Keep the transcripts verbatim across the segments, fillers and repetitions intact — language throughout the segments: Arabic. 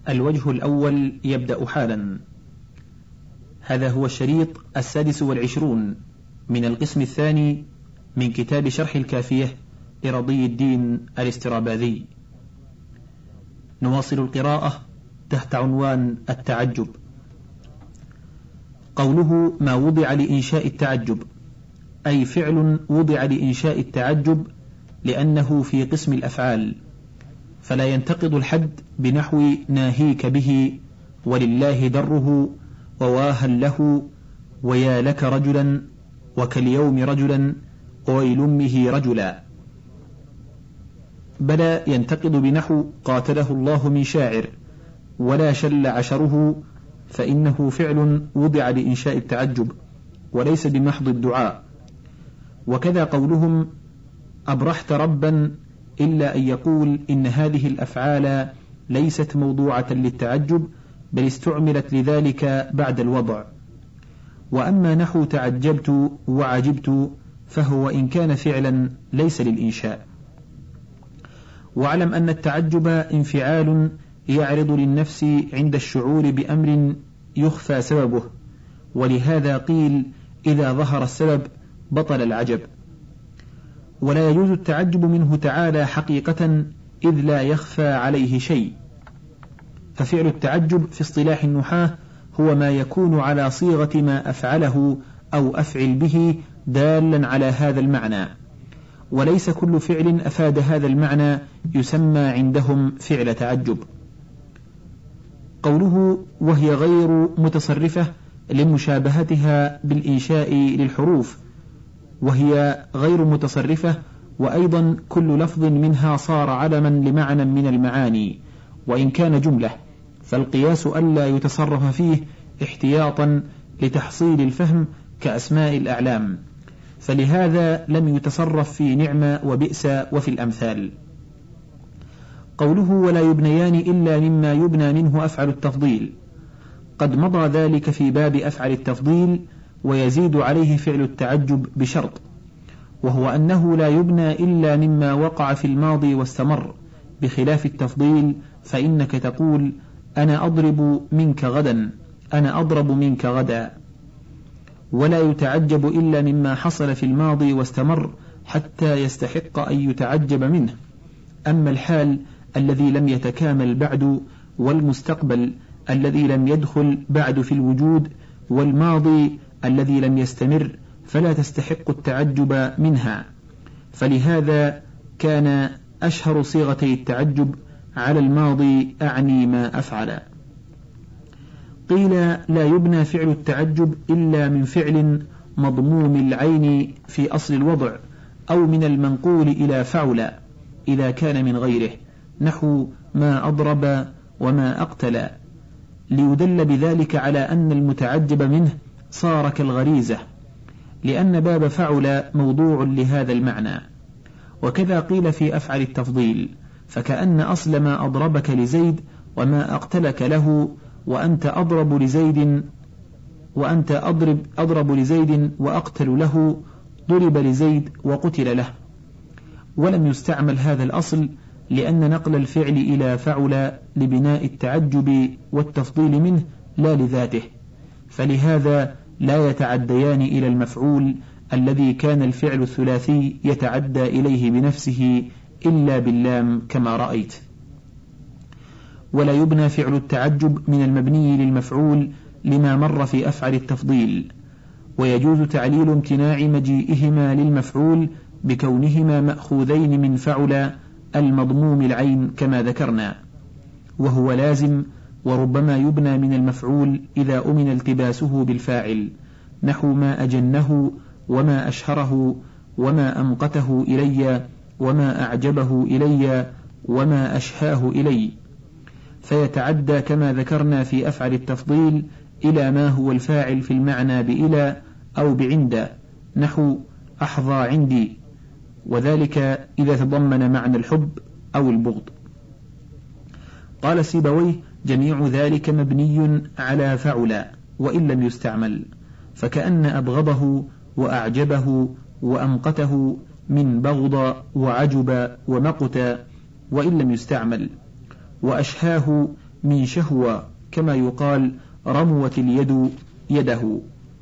الوجه الأول يبدأ حالا. هذا هو الشريط السادس والعشرون من القسم الثاني من كتاب شرح الكافية لرضي الدين الاستراباذي. نواصل القراءة تحت عنوان التعجب. قوله ما وضع لإنشاء التعجب، أي فعل وضع لإنشاء التعجب لأنه في قسم الأفعال، فلا ينتقض الحد بنحو ناهيك به ولله دره وواها له ويا لك رجلا وكاليوم رجلا وويل أمه رجلا، بل ينتقض بنحو قاتله الله من شاعر ولا شل عشره، فإنه فعل وضع لإنشاء التعجب وليس بمحض الدعاء. وكذا قولهم أبرحت ربا، إلا أن يقول إن هذه الأفعال ليست موضوعة للتعجب بل استعملت لذلك بعد الوضع. وأما نحو تعجبت وعجبت فهو إن كان فعلا ليس للإنشاء. واعلم أن التعجب انفعال يعرض للنفس عند الشعور بأمر يخفى سببه، ولهذا قيل إذا ظهر السبب بطل العجب. ولا يجوز التعجب منه تعالى حقيقة إذ لا يخفى عليه شيء. ففعل التعجب في اصطلاح النحاة هو ما يكون على صيغة ما أفعله أو أفعل به دالا على هذا المعنى، وليس كل فعل أفاد هذا المعنى يسمى عندهم فعل تعجب. قوله وهي غير متصرفة لمشابهتها بالإنشاء للحروف، وهي غير متصرفة، وأيضا كل لفظ منها صار علما لمعنى من المعاني وإن كان جملة، فالقياس ألا يتصرف فيه احتياطا لتحصيل الفهم كأسماء الأعلام، فلهذا لم يتصرف في نعمة وبئس وفي الأمثال. قوله ولا يبنيان إلا مما يبنى منه أفعل التفضيل، قد مضى ذلك في باب أفعل التفضيل، ويزيد عليه فعل التعجب بشرط، وهو أنه لا يبنى إلا مما وقع في الماضي واستمر، بخلاف التفضيل فإنك تقول أنا أضرب منك غدا، أنا أضرب منك غدا. ولا يتعجب إلا مما حصل في الماضي واستمر حتى يستحق أن يتعجب منه. أما الحال الذي لم يتكامل بعد، والمستقبل الذي لم يدخل بعد في الوجود، والماضي الذي لم يستمر، فلا تستحق التعجب منها. فلهذا كان أشهر صيغتي التعجب على الماضي أعني ما أفعل. قيل لا يبنى فعل التعجب إلا من فعل مضموم العين في أصل الوضع، أو من المنقول إلى فعل إذا كان من غيره، نحو ما أضرب وما أقتل، ليدل بذلك على أن المتعجب منه صار كالغريزة، لأن باب فعل موضوع لهذا المعنى. وكذا قيل في أفعل التفضيل، فكأن أصل ما أضربك لزيد وما أقتلك له، وأنت أضرب لزيد وأنت أضرب أضرب لزيد وأقتل له، ضرب لزيد وقتل له. ولم يستعمل هذا الأصل لأن نقل الفعل إلى فعل لبناء التعجب والتفضيل منه لا لذاته، فلهذا لا يتعديان إلى المفعول الذي كان الفعل الثلاثي يتعدى إليه بنفسه إلا باللام كما رأيت. ولا يبنى فعل التعجب من المبني للمفعول لما مر في أفعل التفضيل، ويجوز تعليل امتناع مجيئهما للمفعول بكونهما مأخوذين من فعل المضموم العين كما ذكرنا، وهو لازم، وربما يبنى من المفعول إذا أمن التباسه بالفاعل، نحو ما أجنه وما أشهره وما أمقته إلي وما أعجبه إلي وما أشهاه إلي، فيتعدى كما ذكرنا في أفعل التفضيل إلى ما هو الفاعل في المعنى بإلى أو بعند، نحو أحظى عندي، وذلك إذا تضمن معنى الحب أو البغض. قال سيبويه جميع ذلك مبني على فعل وإن لم يستعمل، فكأن أبغضه وأعجبه وأمقته من بغض وعجب ومقت وإن لم يستعمل، وأشهاه من شهوة، كما يقال رموت اليد يده.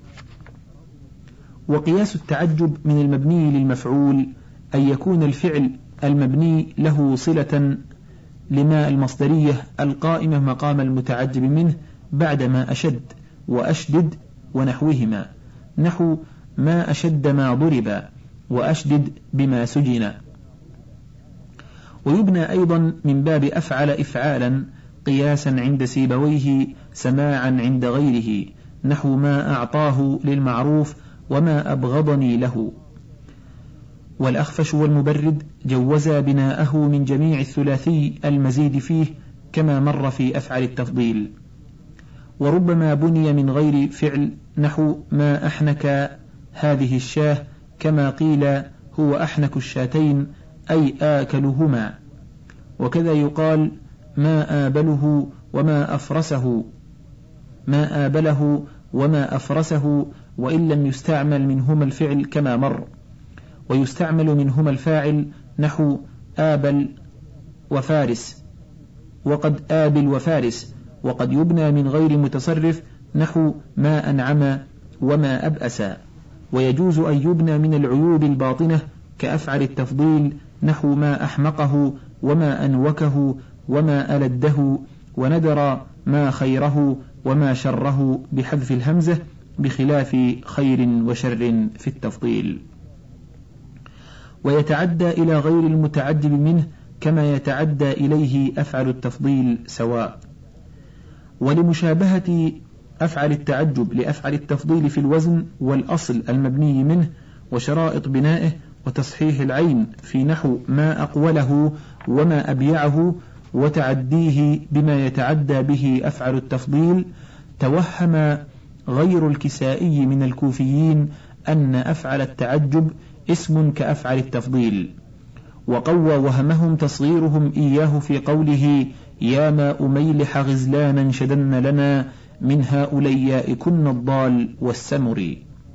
وقياس التعجب من المبني للمفعول أن يكون الفعل المبني له صلة لما المصدرية القائمة مقام المتعجب منه بعدما أشد وأشدد ونحوهما، نحو ما أشد ما ضرب وأشدد بما سجن. ويبنى أيضا من باب أفعل إفعالا قياسا عند سيبويه سماعا عند غيره، نحو ما أعطاه للمعروف وما أبغضني له. والأخفش والمبرد جوزا بناءه من جميع الثلاثي المزيد فيه كما مر في أفعل التفضيل. وربما بني من غير فعل، نحو ما أحنك هذه الشاه، كما قيل هو أحنك الشاتين أي آكلهما. وكذا يقال ما آبله وما أفرسه، ما آبله وما أفرسه، وإن لم يستعمل منهما الفعل كما مر. ويستعمل منهما الفاعل، نحو آبل وفارس، وقد آبل وفارس. وقد يبنى من غير متصرف، نحو ما أنعم وما أبأس. ويجوز أن يبنى من العيوب الباطنة كأفعل التفضيل، نحو ما أحمقه وما أنوكه وما ألده، وندر ما خيره وما شره بحذف الهمزة، بخلاف خير وشر في التفضيل. ويتعدى إلى غير المتعجب منه كما يتعدى إليه أفعل التفضيل سواء. ولمشابهة أفعل التعجب لأفعل التفضيل في الوزن والأصل المبني منه وشرائط بنائه وتصحيح العين في نحو ما أقوله وما أبيعه، وتعديه بما يتعدى به أفعل التفضيل، توهم غير الكسائي من الكوفيين أن أفعل التعجب اسم كأفعل التفضيل، وقوى وهمهم تصغيرهم إياه في قوله يا ما أميلح غزلانا شدن لنا من هؤلاء كن الضال والسمر.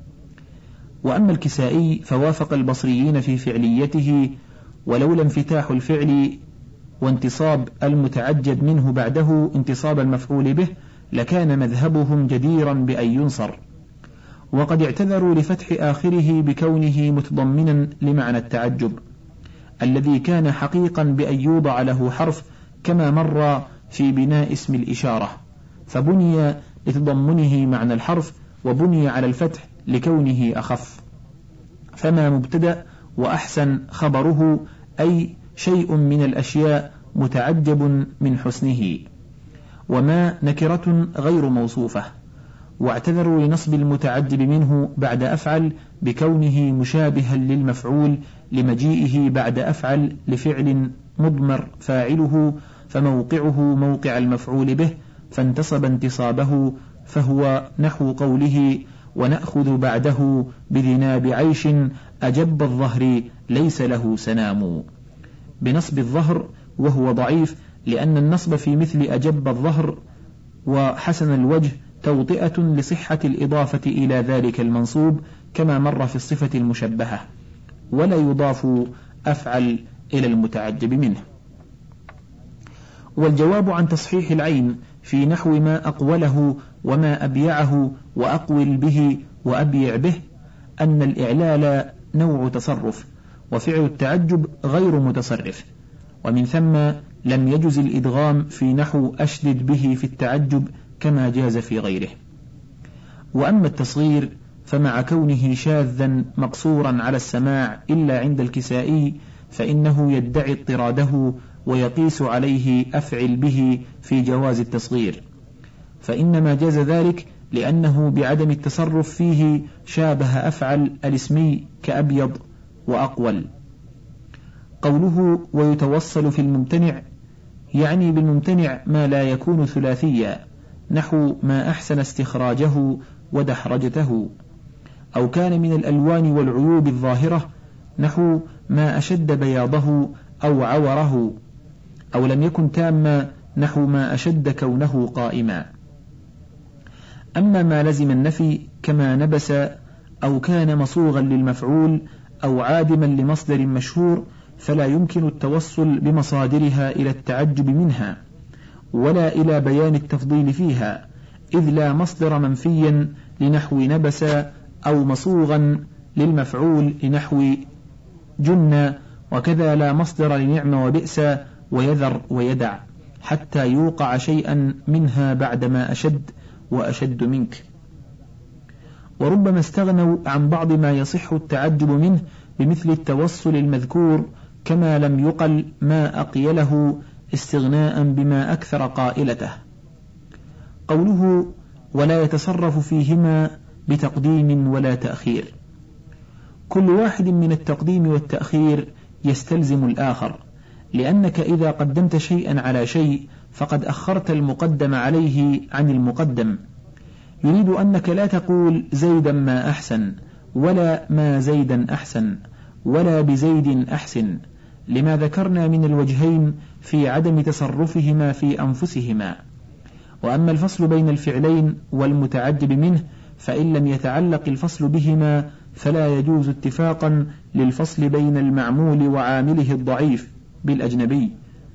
وأما الكسائي فوافق البصريين في فعليته، ولولا انفتاح الفعل وانتصاب المتعجب منه بعده انتصاب المفعول به لكان مذهبهم جديرا بأن ينصر. وقد اعتذروا لفتح آخره بكونه متضمنا لمعنى التعجب الذي كان حقيقا بأن يوضع له حرف كما مر في بناء اسم الإشارة، فبني لتضمنه معنى الحرف وبني على الفتح لكونه أخف. فما مبتدأ وأحسن خبره، أي شيء من الأشياء متعجب من حسنه، وما نكرة غير موصوفة. واعتذروا لنصب المتعجب منه بعد أفعل بكونه مشابها للمفعول لمجيئه بعد أفعل لفعل مضمر فاعله، فموقعه موقع المفعول به فانتصب انتصابه، فهو نحو قوله ونأخذ بعده بذناب عيش أجب الظهر ليس له سنام، بنصب الظهر وهو ضعيف، لأن النصب في مثل أجب الظهر وحسن الوجه توطئة لصحة الإضافة إلى ذلك المنصوب كما مر في الصفة المشبهة، ولا يضاف أفعل إلى المتعجب منه. والجواب عن تصحيح العين في نحو ما أقوله وما أبيعه وأقول به وأبيع به أن الإعلال نوع تصرف، وفعل التعجب غير متصرف، ومن ثم لم يجز الإدغام في نحو أشدد به في التعجب كما جاز في غيره. وأما التصغير فمع كونه شاذا مقصورا على السماع إلا عند الكسائي فإنه يدعي اضطراده ويقيس عليه أفعل به في جواز التصغير، فإنما جاز ذلك لأنه بعدم التصرف فيه شابه أفعل الاسمي كأبيض وأقول. قوله ويتوصل في الممتنع يعني بالممتنع ما لا يكون ثلاثيا، نحو ما أحسن استخراجه ودحرجته، أو كان من الألوان والعيوب الظاهرة، نحو ما أشد بياضه أو عوره، أو لم يكن تاما، نحو ما أشد كونه قائما. أما ما لزم النفي كما نبس أو كان مصوغا للمفعول أو عادما لمصدر مشهور فلا يمكن التوصل بمصادرها إلى التعجب منها، ولا إلى بيان التفضيل فيها، إذ لا مصدر منفيا لنحو نبس أو مصوغا للمفعول لنحو جن، وكذا لا مصدر لنعم وبئس ويذر ويدع، حتى يوقع شيئا منها بعدما أشد وأشد منك. وربما استغنوا عن بعض ما يصح التعجب منه بمثل التوصل المذكور، كما لم يقل ما أقيله استغناء بما أكثر قائلته. قوله ولا يتصرف فيهما بتقديم ولا تأخير، كل واحد من التقديم والتأخير يستلزم الآخر، لأنك إذا قدمت شيئا على شيء فقد أخرت المقدم عليه عن المقدم. يريد أنك لا تقول زيدا ما أحسن، ولا ما زيدا أحسن، ولا بزيد أحسن، لما ذكرنا من الوجهين في عدم تصرفهما في أنفسهما. وأما الفصل بين الفعلين والمتعجب منه فإن لم يتعلق الفصل بهما فلا يجوز اتفاقا للفصل بين المعمول وعامله الضعيف بالأجنبي،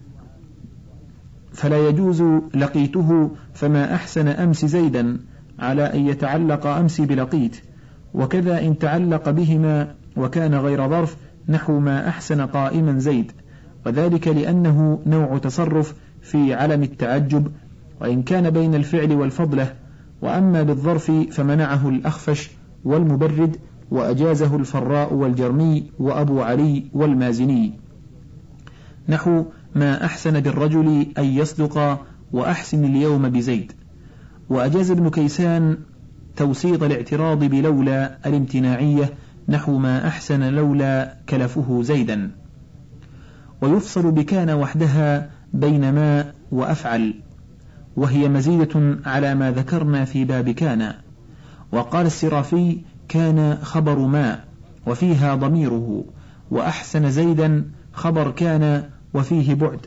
فلا يجوز لقيته فما أحسن أمس زيدا على أن يتعلق أمس بلقيت، وكذا إن تعلق بهما وكان غير ظرف نحو ما أحسن قائما زيد، وذلك لأنه نوع تصرف في علم التعجب، وإن كان بين الفعل والفضلة. وأما بالظرف فمنعه الأخفش والمبرد، وأجازه الفراء والجرمي وأبو علي والمازني، نحو ما أحسن بالرجل أن يصدق وأحسن اليوم بزيد. وأجاز ابن كيسان توسيط الاعتراض بلولا الامتناعية، نحو ما أحسن لولا كلفه زيدا. ويفصل بكان وحدها بين ما وأفعل، وهي مزيدة على ما ذكرنا في باب كان. وقال السرافي كان خبر ما وفيها ضميره، وأحسن زيدا خبر كان وفيه بعد،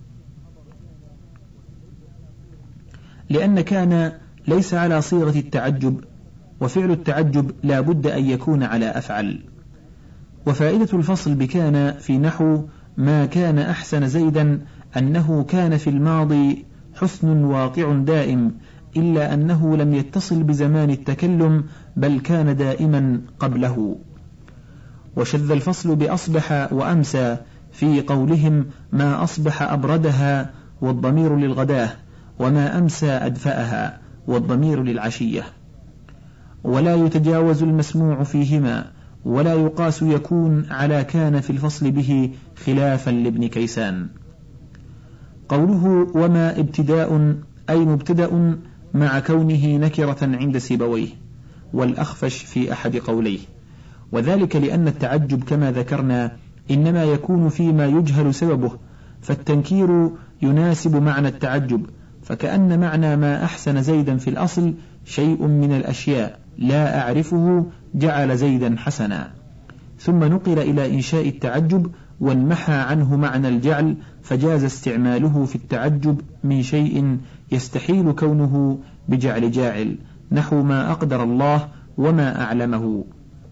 لأن كان ليس على صيغة التعجب، وفعل التعجب لا بد أن يكون على أفعل. وفائدة الفصل بكان في نحو ما كان أحسن زيدا أنه كان في الماضي حسن واقع دائم، إلا أنه لم يتصل بزمان التكلم بل كان دائما قبله. وشذ الفصل بأصبح وأمسى في قولهم ما أصبح أبردها والضمير للغداه، وما أمسى أدفأها والضمير للعشية. ولا يتجاوز المسموع فيهما، ولا يقاس يكون على كان في الفصل به خلافا لابن كيسان. قوله وما ابتداء أي مبتدأ مع كونه نكرة عند سيبويه والأخفش في أحد قوليه، وذلك لأن التعجب كما ذكرنا إنما يكون فيما يجهل سببه، فالتنكير يناسب معنى التعجب، فكأن معنى ما أحسن زيدا في الأصل شيء من الأشياء لا أعرفه جعل زيدا حسنا، ثم نقل إلى إنشاء التعجب وانمحى عنه معنى الجعل، فجاز استعماله في التعجب من شيء يستحيل كونه بجعل جاعل، نحو ما أقدر الله وما أعلمه.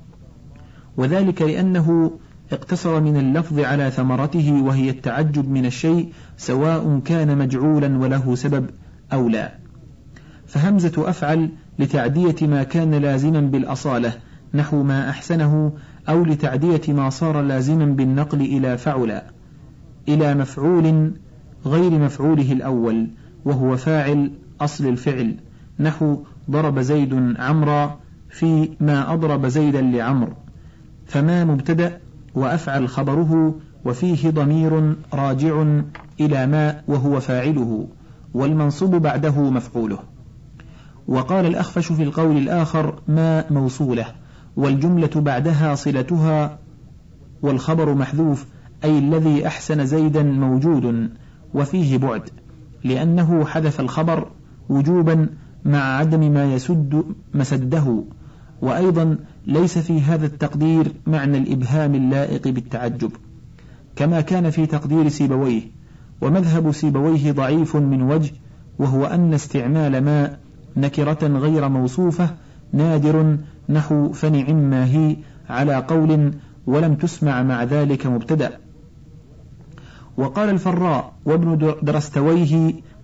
وذلك لأنه اقتصر من اللفظ على ثمرته وهي التعجب من الشيء، سواء كان مجعولا وله سبب أو لا. فهمزة أفعل لتعدية ما كان لازما بالأصالة نحو ما أحسنه، أو لتعدية ما صار لازما بالنقل إلى فعل إلى مفعول غير مفعوله الأول وهو فاعل أصل الفعل، نحو ضرب زيد عمرا في ما أضرب زيدا لعمر. فما مبتدأ وأفعل خبره، وفيه ضمير راجع إلى ما وهو فاعله، والمنصوب بعده مفعوله. وقال الأخفش في القول الآخر ما موصولة، والجملة بعدها صلتها والخبر محذوف، أي الذي أحسن زيدا موجود وفيه بعد، لأنه حذف الخبر وجوبا مع عدم ما يسد مسده. وأيضا ليس في هذا التقدير معنى الإبهام اللائق بالتعجب كما كان في تقدير سيبويه. ومذهب سيبويه ضعيف من وجه، وهو أن استعمال ما نكرة غير موصوفة نادر، نحو فنعم ما هي على قول ولم تسمع مع ذلك مبتدأ. وقال الفراء وابن درستويه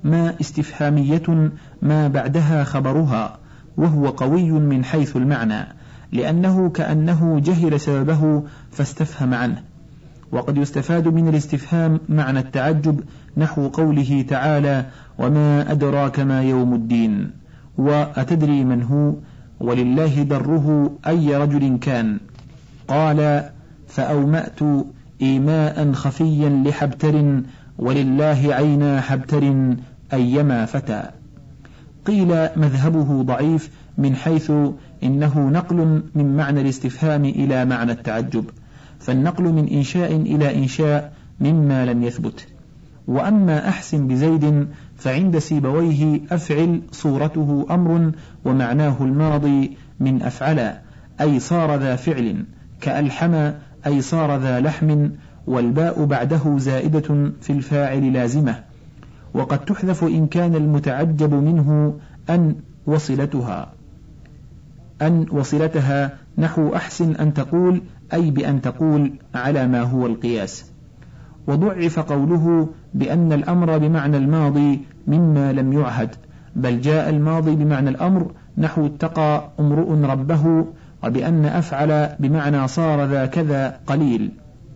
ما استفهامية ما بعدها خبرها، وهو قوي من حيث المعنى، لأنه كأنه جهل سببه فاستفهم عنه. وقد يستفاد من الاستفهام معنى التعجب، نحو قوله تعالى: وما أدراك ما يوم الدين، وأتدري من هو، ولله دره أي رجل كان. قال: فأومأت إيماء خفيا لحبتر، ولله عينا حبتر أيما فتى. قيل مذهبه ضعيف من حيث إنه نقل من معنى الاستفهام إلى معنى التعجب، فالنقل من إنشاء إلى إنشاء مما لم يثبت. وأما أحسن بزيد فعند سيبويه أفعل صورته أمر ومعناه الماضي من أفعل، أي صار ذا فعل، كألحم أي صار ذا لحم، والباء بعده زائدة في الفاعل لازمة، وقد تحذف إن كان المتعجب منه أن وصلتها أن وصلتها نحو أحسن أن تقول، أي بأن تقول على ما هو القياس. وضعف قوله بأن الأمر بمعنى الماضي مما لم يعهد، بل جاء الماضي بمعنى الأمر نحو اتقى امرؤ ربه، وبأن أفعل بمعنى صار ذا كذا قليل.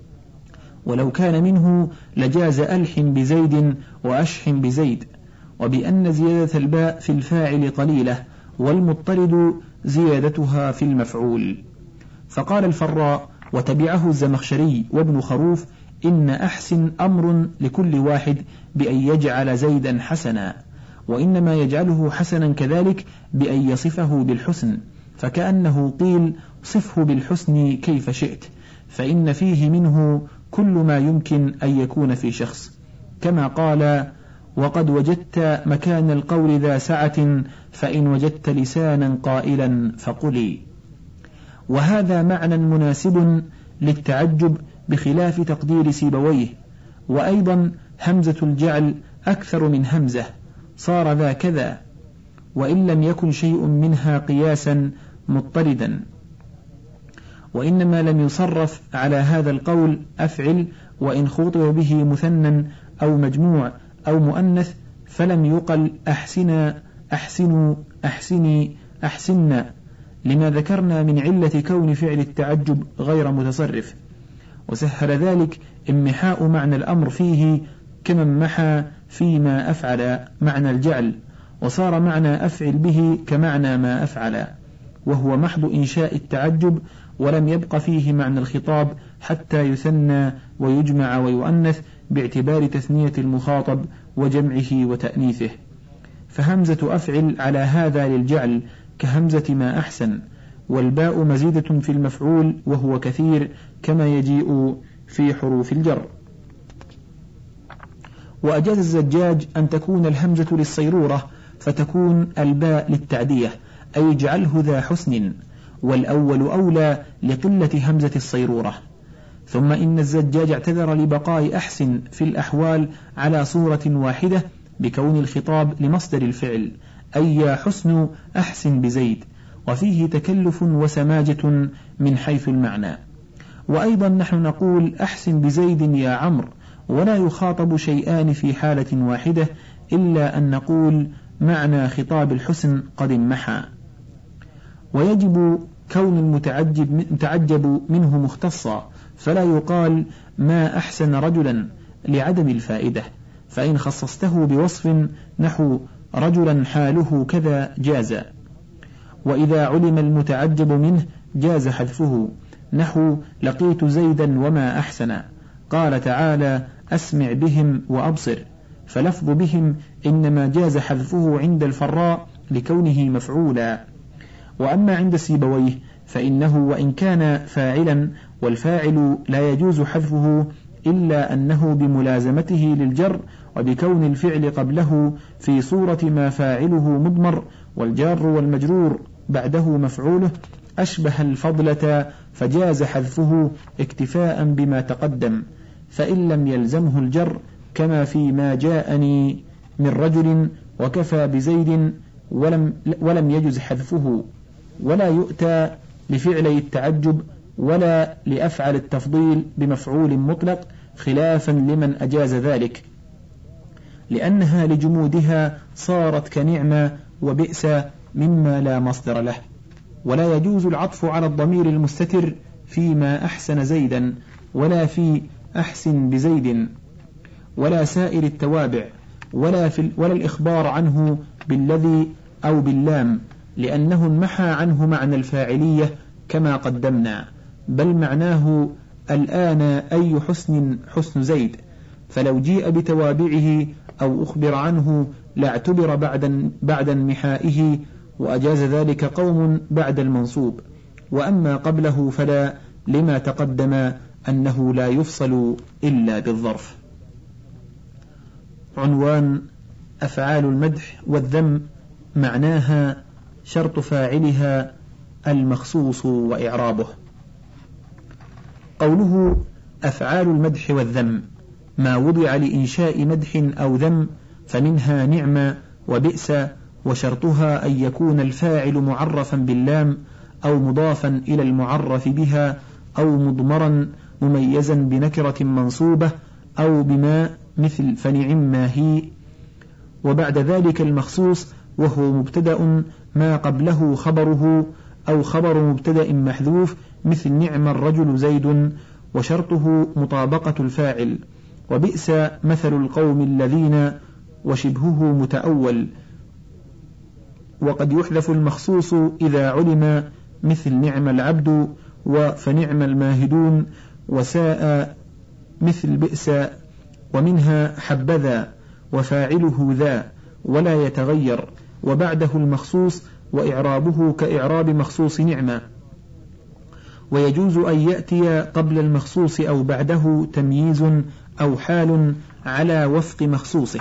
ولو كان منه لجاز ألحن بزيد وأشحن بزيد. وبأن زيادة الباء في الفاعل قليلة، والمضطرد زيادتها في المفعول. فقال الفراء وتبعه الزمخشري وابن خروف: إن أحسن أمر لكل واحد بأن يجعل زيدا حسنا، وإنما يجعله حسنا كذلك بأن يصفه بالحسن، فكأنه قيل: صفه بالحسن كيف شئت، فإن فيه منه كل ما يمكن أن يكون في شخص، كما قال: وقد وجدت مكان القول ذا سعة، فإن وجدت لسانا قائلا فقلي. وهذا معنى مناسب للتعجب بخلاف تقدير سيبويه. وأيضا همزة الجعل أكثر من همزة، صار ذا كذا، وإن لم يكن شيء منها قياسا مضطردا. وإنما لم يصرف على هذا القول أفعل، وإن خطب به مثنى أو مجموع أو مؤنث فلم يقل أحسنا أحسنوا أحسني أحسن، لما ذكرنا من علة كون فعل التعجب غير متصرف. وسهل ذلك امحاء معنى الأمر فيه، كما امحى فيما أفعل معنى الجعل، وصار معنى أفعل به كمعنى ما أفعل، وهو محض إنشاء التعجب، ولم يبق فيه معنى الخطاب حتى يثنى ويجمع ويؤنث باعتبار تثنية المخاطب وجمعه وتأنيثه. فهمزة أفعل على هذا للجعل كهمزة ما أحسن، والباء مزيدة في المفعول وهو كثير كما يجيء في حروف الجر. وأجاز الزجاج أن تكون الهمزة للصيرورة فتكون الباء للتعدية، أي اجعله ذا حسن، والأول أولى لقلة همزة الصيرورة. ثم إن الزجاج اعتذر لبقاء أحسن في الأحوال على صورة واحدة بكون الخطاب لمصدر الفعل، أي يا حسن أحسن بزيد، وفيه تكلف وسماجة من حيث المعنى. وأيضا نحن نقول أحسن بزيد يا عمرو، ولا يخاطب شيئان في حالة واحدة، إلا أن نقول معنى خطاب الحسن قد انمحى. ويجب كون المتعجب متعجب منه مختصا، فلا يقال ما أحسن رجلا لعدم الفائدة، فإن خصصته بوصف نحو رجلا حاله كذا جاز. وإذا علم المتعجب منه جاز حذفه، نحو لقيت زيدا وما أحسن. قال تعالى أسمع بهم وأبصر، فلفظ بهم إنما جاز حذفه عند الفراء لكونه مفعولا. وأما عند سيبويه فإنه وإن كان فاعلا، والفاعل لا يجوز حذفه إلا أنه بملازمته للجر، وبكون الفعل قبله في صورة ما فاعله مضمر، والجار والمجرور بعده مفعوله أشبه الفضلة، فجاز حذفه اكتفاء بما تقدم، فإن لم يلزمه الجر، كما في ما جاءني من رجل وكفى بزيد، ولم, ولم يجز حذفه. ولا يؤتى لفعلي التعجب ولا لأفعل التفضيل بمفعول مطلق، خلافا لمن أجاز ذلك. لأنها لجمودها صارت كنعمة وبئس مما لا مصدر له. ولا يجوز العطف على الضمير المستتر فيما أحسن زيدا ولا في أحسن بزيد ولا سائر التوابع ولا, في ولا الإخبار عنه بالذي أو باللام، لأنه انمحى عنه معنى الفاعلية كما قدمنا، بل معناه الآن أي حسن حسن زيد، فلو جيء بتوابعه أو أخبر عنه لاعتبر بعد بعد انمحائه، وأجاز ذلك قوم بعد المنصوب، وأما قبله فلا، لما تقدم أنه لا يفصل إلا بالظرف. عنوان: أفعال المدح والذم، معناها شرط فاعلها المخصوص وإعرابه. قوله أفعال المدح والذم ما وضع لإنشاء مدح أو ذم، فمنها نعمة وبئس، وشرطها أن يكون الفاعل معرفا باللام أو مضافا إلى المعرف بها أو مضمرا مميزا بنكرة منصوبة أو بما مثل فنعم ما هي، وبعد ذلك المخصوص وهو مبتدأ ما قبله خبره أو خبر مبتدأ محذوف مثل نعم الرجل زيد، وشرطه مطابقة الفاعل. وبئس مثل القوم الذين، وشبهه متأول. وقد يحذف المخصوص إذا علم مثل نعم العبد وفنعم الماهدون، وساء مثل بئس. ومنها حبذا وفاعله ذا ولا يتغير، وبعده المخصوص وإعرابه كإعراب مخصوص نعمة. ويجوز أن يأتي قبل المخصوص أو بعده تمييز أو حال على وفق مخصوصه.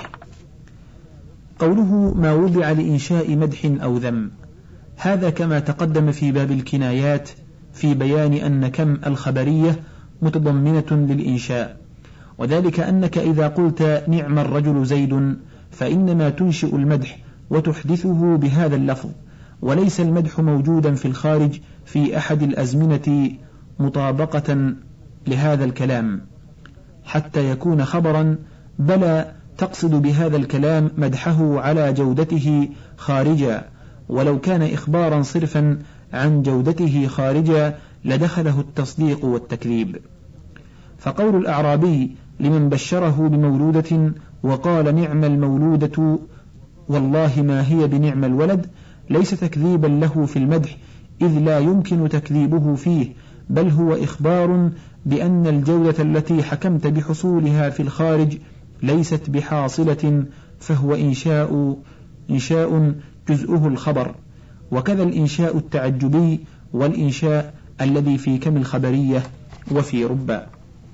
قوله ما وضع لإنشاء مدح أو ذم، هذا كما تقدم في باب الكنايات في بيان أن كم الخبرية متضمنة للإنشاء، وذلك أنك إذا قلت نعم الرجل زيد فإنما تنشئ المدح وتحدثه بهذا اللفظ، وليس المدح موجودا في الخارج في أحد الأزمنة مطابقة لهذا الكلام حتى يكون خبرا، بل تقصد بهذا الكلام مدحه على جودته خارجا، ولو كان إخبارا صرفا عن جودته خارجا لدخله التصديق والتكذيب. فقول الأعرابي لمن بشره بمولودة وقال نعم المولودة والله ما هي بنعم الولد ليس تكذيبا له في المدح، إذ لا يمكن تكذيبه فيه، بل هو إخبار بأن الجودة التي حكمت بحصولها في الخارج ليست بحاصلة، فهو إنشاء إنشاء جزءه الخبر. وكذا الإنشاء التعجبي والإنشاء الذي في كم الخبرية وفي ربا.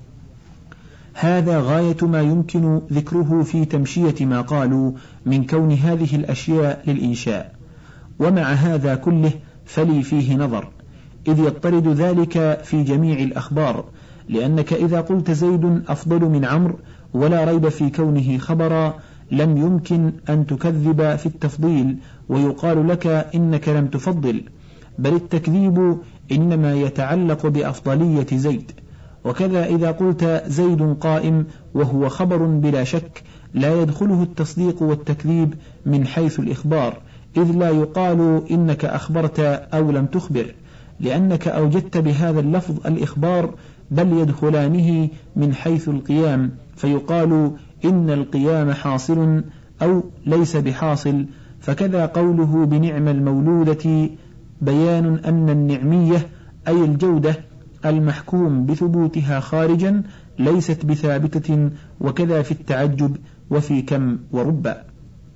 هذا غاية ما يمكن ذكره في تمشية ما قالوا من كون هذه الأشياء للإنشاء. ومع هذا كله فلي فيه نظر، إذ يضطرد ذلك في جميع الأخبار، لأنك إذا قلت زيد أفضل من عمرو ولا ريب في كونه خبرا لم يمكن أن تكذب في التفضيل ويقال لك إنك لم تفضل، بل التكذيب إنما يتعلق بأفضلية زيد. وكذا إذا قلت زيد قائم وهو خبر بلا شك لا يدخله التصديق والتكذيب من حيث الإخبار، إذ لا يقال إنك أخبرت أو لم تخبر، لأنك أوجدت بهذا اللفظ الإخبار، بل يدخلانه من حيث القيام، فيقال إن القيام حاصل أو ليس بحاصل. فكذا قوله بنعم المولودة بيان أن النعمية أي الجودة المحكوم بثبوتها خارجا ليست بثابتة، وكذا في التعجب وفي كم وربا.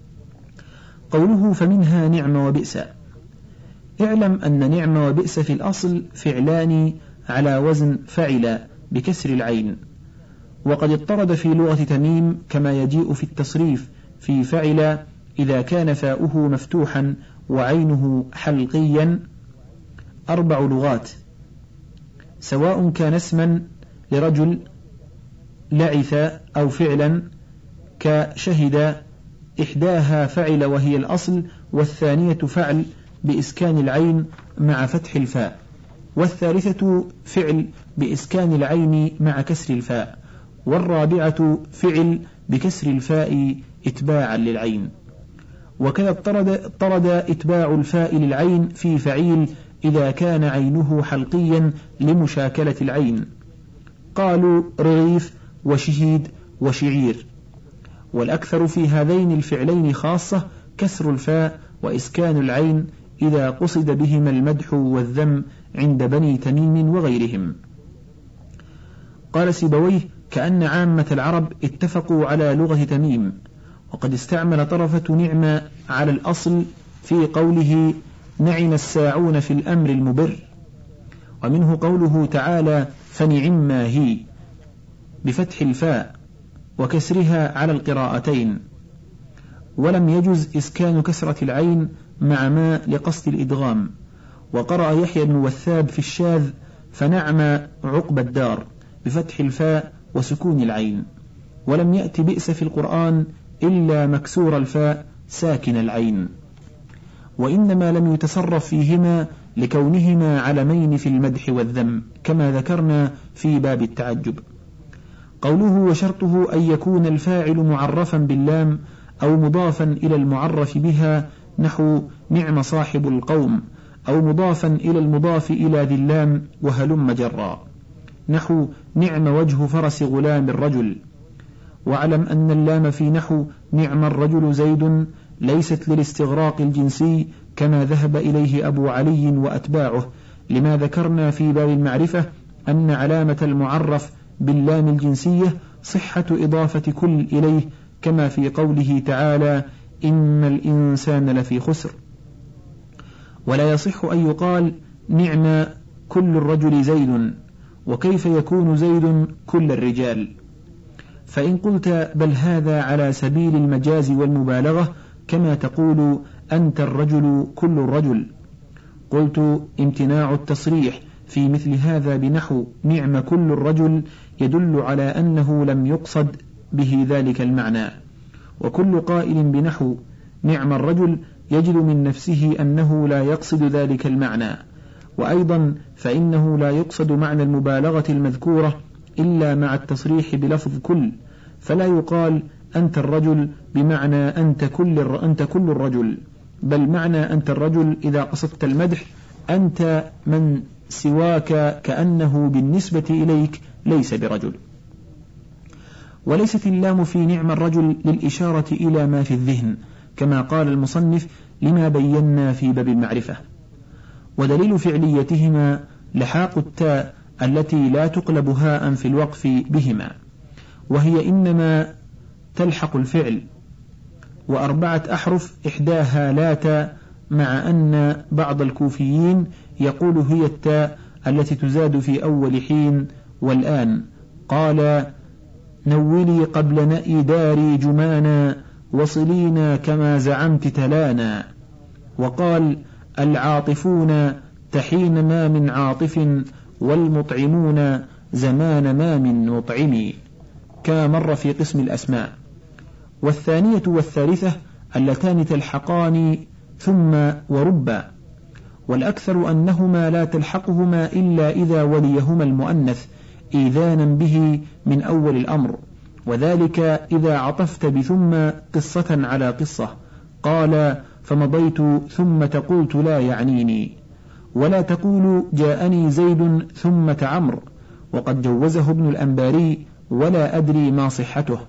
قوله فمنها نعم وبئس، اعلم أن نعم وبئس في الأصل فعلان على وزن فعل بكسر العين، وقد اضطرد في لغة تميم كما يجيء في التصريف في فعل إذا كان فاؤه مفتوحا وعينه حلقيا أربع لغات، سواء كان اسما لرجل لعث أو فعلا كشهد، إحداها فعل وهي الأصل، والثانية فعل بإسكان العين مع فتح الفاء، والثالثة فعل بإسكان العين مع كسر الفاء، والرابعة فعل بكسر الفاء إتباعا للعين. وكذا اضطرد, طرد إتباع الفاء للعين في فعيل إذا كان عينه حلقيا لمشاكلة العين، قالوا رغيف وشهيد وشعير. والأكثر في هذين الفعلين خاصة كسر الفاء وإسكان العين إذا قصد بهما المدح والذم عند بني تميم وغيرهم. قال سيبويه: كأن عامة العرب اتفقوا على لغة تميم، وقد استعمل طرفة نعمة على الأصل في قوله نعم الساعون في الأمر المبر، ومنه قوله تعالى فنعم ما هي بفتح الفاء وكسرها على القراءتين، ولم يجز إسكان كسرة العين مع ما لقصد الإدغام. وقرأ يحيى بن وثاب في الشاذ فنعم عقب الدار بفتح الفاء وسكون العين، ولم يأت بئس في القرآن إلا مكسور الفاء ساكن العين، وإنما لم يتصرف فيهما لكونهما علمين في المدح والذم كما ذكرنا في باب التعجب. قوله وشرطه أن يكون الفاعل معرفا باللام أو مضافا إلى المعرف بها نحو نعم صاحب القوم، أو مضافا إلى المضاف إلى ذي اللام وهلم جرا نحو نعم وجه فرس غلام الرجل. واعلم أن اللام في نحو نعم الرجل زيد ليست للاستغراق الجنسي كما ذهب إليه أبو علي وأتباعه، لما ذكرنا في باب المعرفة أن علامة المعرف باللام الجنسية صحة إضافة كل إليه، كما في قوله تعالى إن الإنسان لفي خسر. ولا يصح أن يقال نعم كل الرجل زيد، وكيف يكون زيد كل الرجال؟ فإن قلت بل هذا على سبيل المجاز والمبالغة كما تقول أنت الرجل كل الرجل، قلت امتناع التصريح في مثل هذا بنحو نعم كل الرجل يدل على أنه لم يقصد به ذلك المعنى، وكل قائل بنحو نعم الرجل يجد من نفسه أنه لا يقصد ذلك المعنى. وأيضا فإنه لا يقصد معنى المبالغة المذكورة إلا مع التصريح بلفظ كل، فلا يقال أنت الرجل بمعنى أنت كل, أنت كل الرجل، بل معنى أنت الرجل إذا قصدت المدح أنت من سواك كأنه بالنسبة إليك ليس برجل. وليست اللام في نعم الرجل للإشارة إلى ما في الذهن كما قال المصنف لما بينا في باب المعرفة. ودليل فعليتهما لحاق التاء التي لا تقلب هاء في الوقف بهما، وهي إنما تلحق الفعل، وأربعة أحرف إحداها لا تاء، مع أن بعض الكوفيين يقول هي التاء التي تزاد في أول حين والآن. قال نولي قبل نأي داري جمانا وصلينا كما زعمت تلانا. وقال العاطفون تحين ما من عاطف والمطعمون زمان ما من مطعم، كما مر في قسم الأسماء. والثانية والثالثة اللتان تلحقان ثم وربا، والأكثر أنهما لا تلحقهما إلا إذا وليهما المؤنث إيذانا به من أول الأمر، وذلك إذا عطفت بثم قصة على قصة. قال فمضيت ثم قلت لا يعنيني، ولا تقول جاءني زيد ثم عمرو، وقد جوزه ابن الأنباري ولا أدري ما صحته.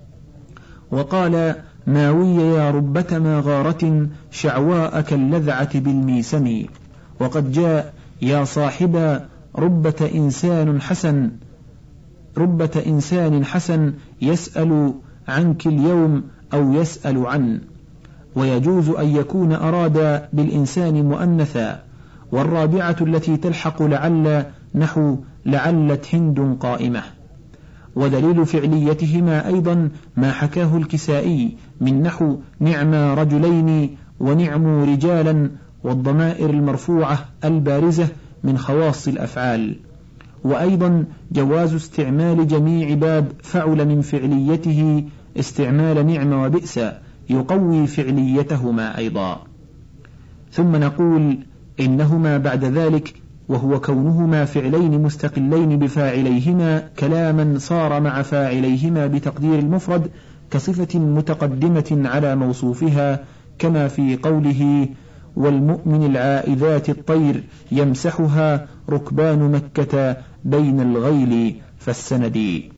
وقال ناوي يا ربة ما غارة شعواء كاللذعة بالميسم، وقد جاء يا صاحب ربة إنسان حسن ربة إنسان حسن يسأل عنك اليوم أو يسأل عن. ويجوز أن يكون أراد بالإنسان مؤنثا. والرابعة التي تلحق لعل نحو لعلت هند قائمة. ودليل فعليتهما أيضا ما حكاه الكسائي من نحو نعم رجلين ونعم رجالا، والضمائر المرفوعة البارزة من خواص الأفعال. وأيضا جواز استعمال جميع باب فعل من فعليته استعمال نعم وبئس يقوي فعليتهما أيضا. ثم نقول إنهما بعد ذلك، وهو كونهما فعلين مستقلين بفاعليهما، كلاما صار مع فاعليهما بتقدير المفرد كصفة متقدمة على موصوفها، كما في قوله: والمؤمن العائذات الطير يمسحها ركبان مكة بين الغيل فالسند.